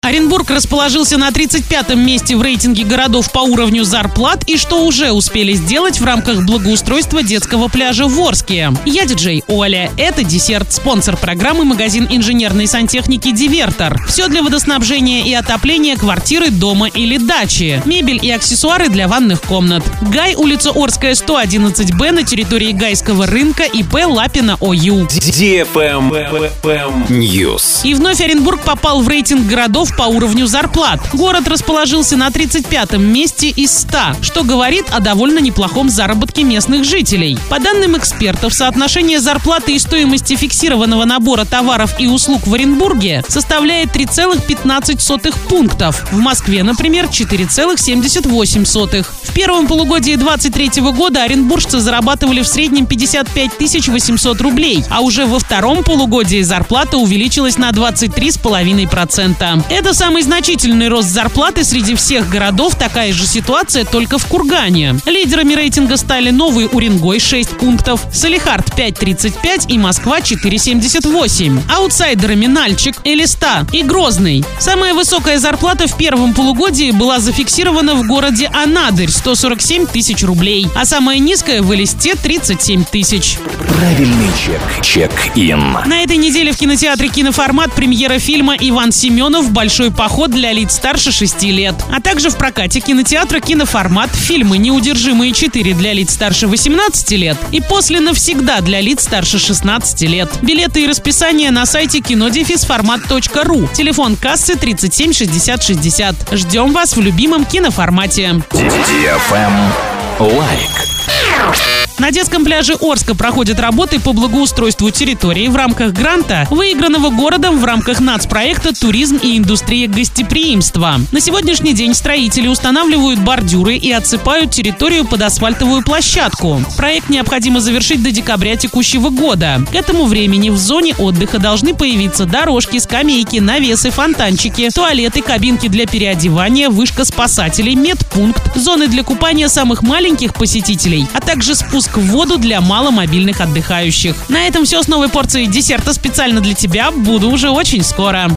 Оренбург расположился на 35-м месте в рейтинге городов по уровню зарплат, и что уже успели сделать в рамках благоустройства детского пляжа в Орске. Я диджей Оля. Это десерт. Спонсор программы — магазин инженерной сантехники «Дивертор». Все для водоснабжения и отопления квартиры, дома или дачи. Мебель и аксессуары для ванных комнат. Гай, улица Орская, 111Б, на территории Гайского рынка, ИП Лапина ОЮ. News. И вновь Оренбург попал в рейтинг городов по уровню зарплат. Город расположился на 35-м месте из 100, что говорит о довольно неплохом заработке местных жителей. По данным экспертов, соотношение зарплаты и стоимости фиксированного набора товаров и услуг в Оренбурге составляет 3,15 пунктов. В Москве, например, 4,78. В первом полугодии 2023 года оренбуржцы зарабатывали в среднем 55 800 рублей, а уже во втором полугодии зарплата увеличилась на 23,5%. Это самый значительный рост зарплаты среди всех городов. Такая же ситуация только в Кургане. Лидерами рейтинга стали Новый Уренгой — 6 пунктов, Салехард — 5,35 и Москва — 4,78. Аутсайдерами Нальчик, Элиста и Грозный. Самая высокая зарплата в первом полугодии была зафиксирована в городе Анадырь — 147 тысяч рублей, а самая низкая в Элисте — 37 тысяч. Правильный чек. Чек-ин. На этой неделе в кинотеатре «Киноформат» премьера фильма «Иван Семенов. Большой поход» для лиц старше 6 лет. А также в прокате кинотеатра «Киноформат» фильмы «Неудержимые 4» для лиц старше 18 лет и «После навсегда» для лиц старше 16 лет. Билеты и расписание на сайте кино-формат.ру. Телефон кассы 37 60 60. Ждем вас в любимом киноформате. Лайк. На детском пляже Орска проходят работы по благоустройству территории в рамках гранта, выигранного городом в рамках нацпроекта «Туризм и индустрия гостеприимства». На сегодняшний день строители устанавливают бордюры и отсыпают территорию под асфальтовую площадку. Проект необходимо завершить до декабря текущего года. К этому времени в зоне отдыха должны появиться дорожки, скамейки, навесы, фонтанчики, туалеты, кабинки для переодевания, вышка спасателей, медпункт, зоны для купания самых маленьких посетителей, а также спуск в воду для маломобильных отдыхающих. На этом все с новой порцией десерта специально для тебя. Буду уже очень скоро.